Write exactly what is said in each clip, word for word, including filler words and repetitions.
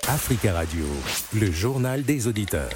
Africa Radio, le journal des auditeurs.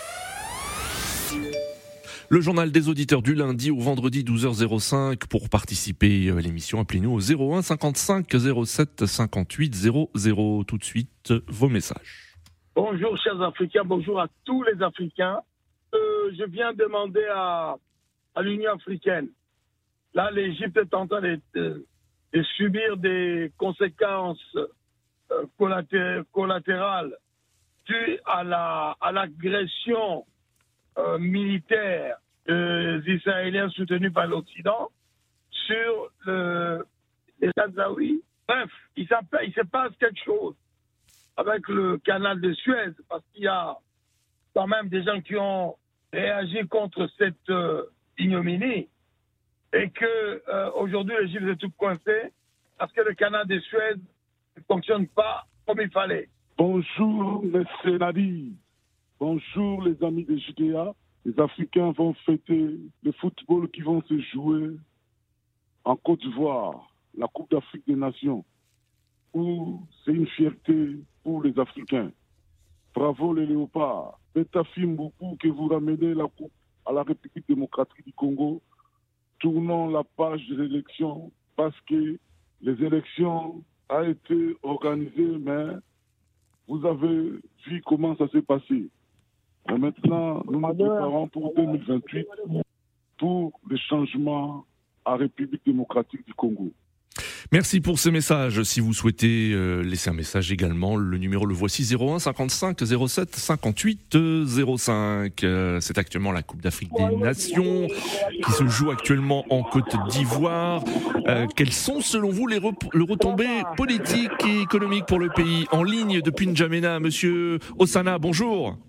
Le journal des auditeurs du lundi au vendredi douze heures cinq. Pour participer à l'émission, appelez-nous au zéro un cinquante-cinq zéro sept cinquante-huit zéro zéro. Tout de suite, vos messages. Bonjour chers Africains, bonjour à tous les Africains. Euh, je viens demander à, à l'Union africaine. Là, l'Égypte est en train de, de, de subir des conséquences euh, collaté- collatérales dues à, la, à l'agression euh, militaire des Israéliens soutenus par l'Occident sur le, les Gazaouis. Bref, il, il se passe quelque chose avec le canal de Suez, parce qu'il y a quand même des gens qui ont réagi contre cette euh, ignominie, et que euh, aujourd'hui l'Égypte est toute coincée parce que le canal de Suez ne fonctionne pas comme il fallait. Bonjour les Sénadis, bonjour les amis de Judéa. Les Africains vont fêter le football qui vont se jouer en Côte d'Ivoire, la Coupe d'Afrique des Nations, où c'est une fierté pour les Africains. Bravo les léopards. Betafim beaucoup que vous ramenez la Coupe à la République démocratique du Congo. Tournons la page des élections parce que les élections ont été organisées, mais vous avez vu comment ça s'est passé. Et maintenant, nous nous préparons pour deux mille vingt-huit pour le changement à République démocratique du Congo. Merci pour ces messages. Si vous souhaitez euh, laisser un message également, le numéro le voici zéro un cinquante-cinq zéro sept cinquante-huit zéro cinq. Euh, c'est actuellement la Coupe d'Afrique des Nations qui se joue actuellement en Côte d'Ivoire. Euh, quelles sont selon vous les, rep- les retombées politiques et économiques pour le pays? En ligne depuis N'Djamena, Monsieur Osana, bonjour.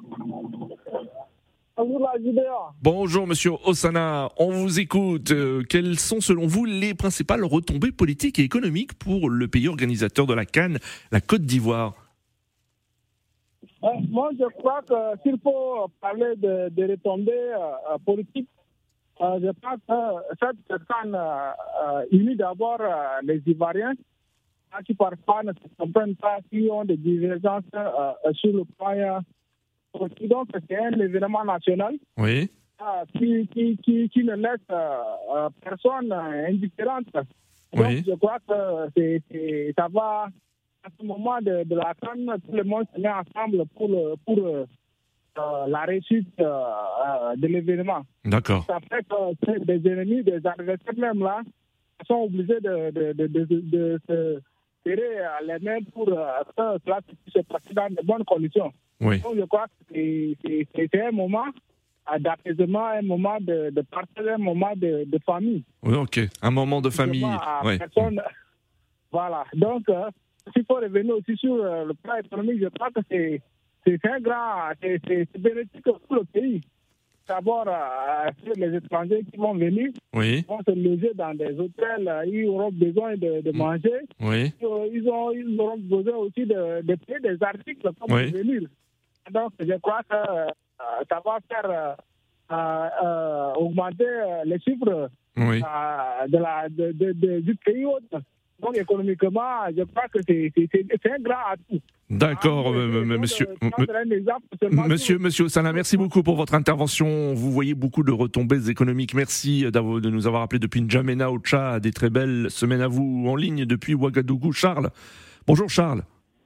Bonjour Monsieur Osana, on vous écoute. Euh, quelles sont selon vous les principales retombées politiques et économiques pour le pays organisateur de la CAN, la Côte d'Ivoire? euh, Moi je crois que s'il faut parler de, de retombées euh, politiques, euh, je pense que cette CAN euh, unit d'abord euh, les Ivoiriens qui parfois ne se comprennent pas, qui ont des divergences euh, sur le point. Donc, c'est un événement national oui. euh, qui, qui, qui, qui ne laisse euh, personne indifférente. Donc, oui. je crois que c'est, c'est, ça va, à ce moment de, de la CAN, tout le monde se met ensemble pour, le, pour euh, la réussite euh, de l'événement. D'accord. Ça fait que des ennemis, des adversaires même là, sont obligés de, de, de, de, de, de se serrer les mains pour euh, que cela puisse se passer dans de bonnes conditions. Oui. Donc, je crois que c'est, c'est, c'est un moment d'apaisement, un moment de, de partage, un moment de, de famille. Oui, ok. Un moment de famille. Oui. Personne... Voilà. Donc, euh, s'il faut revenir aussi sur euh, le plan économique, je crois que c'est, c'est un grand... C'est, c'est, c'est bénéfique pour le pays. D'abord, euh, les étrangers qui vont venir, oui. vont se loger dans des hôtels, ils auront besoin de, de manger. Oui. Ils, ont, ils auront besoin aussi de, de payer des articles pour oui. venir. Donc, je crois que euh, ça va faire euh, euh, augmenter euh, les chiffres oui. euh, de la, de, de, de, du pays autre. Donc, économiquement, je crois que c'est, c'est, c'est un grand atout. D'accord, ah, euh, euh, monsieur, exemple, monsieur, monsieur Osana, merci beaucoup pour votre intervention. Vous voyez beaucoup de retombées économiques. Merci de nous avoir appelé depuis N'Djamena au Tchad. Des très belles semaines à vous en ligne depuis Ouagadougou. Charles. Bonjour Charles.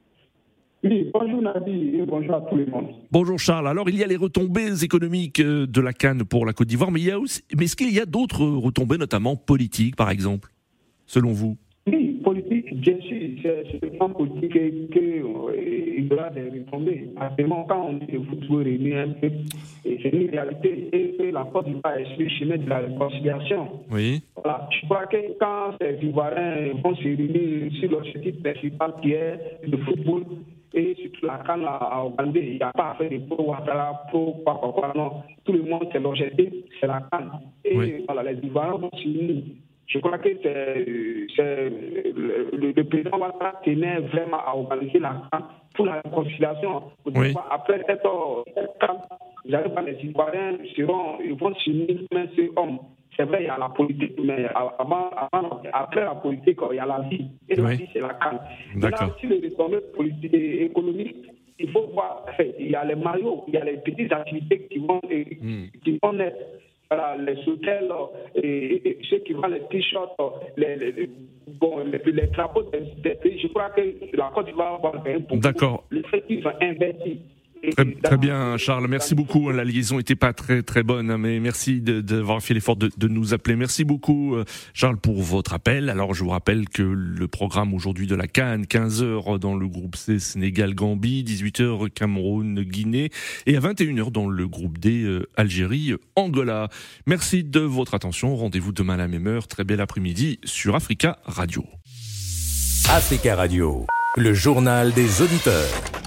Oui, bonjour Nadi et bonjour à tout le monde. Bonjour Charles. Alors il y a les retombées économiques de la CAN pour la Côte d'Ivoire, mais il y a aussi, mais est-ce qu'il y a d'autres retombées, notamment politiques, par exemple, selon vous? Oui, politique, bien sûr, c'est, c'est le plan politique qu'il euh, y aura des retombées. Actuellement, quand on dit le football réunit un peu, c'est une réalité. Et que la Côte d'Ivoire est sur le chemin de la réconciliation. Oui. Voilà. Je crois que quand ces Ivoiriens vont se réunir sur l'objectif principal qui est le football, et surtout la CAN à Ougandais, il n'y a pas à faire de pro Ouattara, pro quoi, quoi, quoi, non. Tout le monde, c'est l'objectif, c'est la CAN. Et oui. Voilà, les Ivoiriens vont s'unir. Je crois que c'est, c'est le, le, le président Ouattara tenait vraiment à organiser la CAN pour la réconciliation. Oui. Après cette CAN, j'arrive pas, les Ivoiriens seront, ils vont s'unir, mais c'est homme. c'est vrai, il y a la politique, mais avant, avant, après la politique, il y a la vie. Et la oui. vie, c'est la CAN. Maintenant, si les retombées politiques et économiques, il faut voir, il y a les maillots, il y a les petites activités qui vont, mm. qui vont naître. Voilà, les hôtels, et, et ceux qui vendent les t-shirts, les, les, bon, les, les drapeaux des pays. Je crois que la Côte d'Ivoire va faire beaucoup. D'accord. Le fait qu'ils vont investir. Très, très bien, Charles. Merci beaucoup. La liaison n'était pas très très bonne, mais merci d'avoir fait l'effort de, de nous appeler. Merci beaucoup, Charles, pour votre appel. Alors, je vous rappelle que le programme aujourd'hui de la CAN, quinze heures dans le groupe C, Sénégal-Gambie, dix-huit heures Cameroun-Guinée, et à vingt et une heures dans le groupe D, Algérie-Angola. Merci de votre attention. Rendez-vous demain à la même heure. Très bel après-midi sur Africa Radio. Africa Radio, le journal des auditeurs.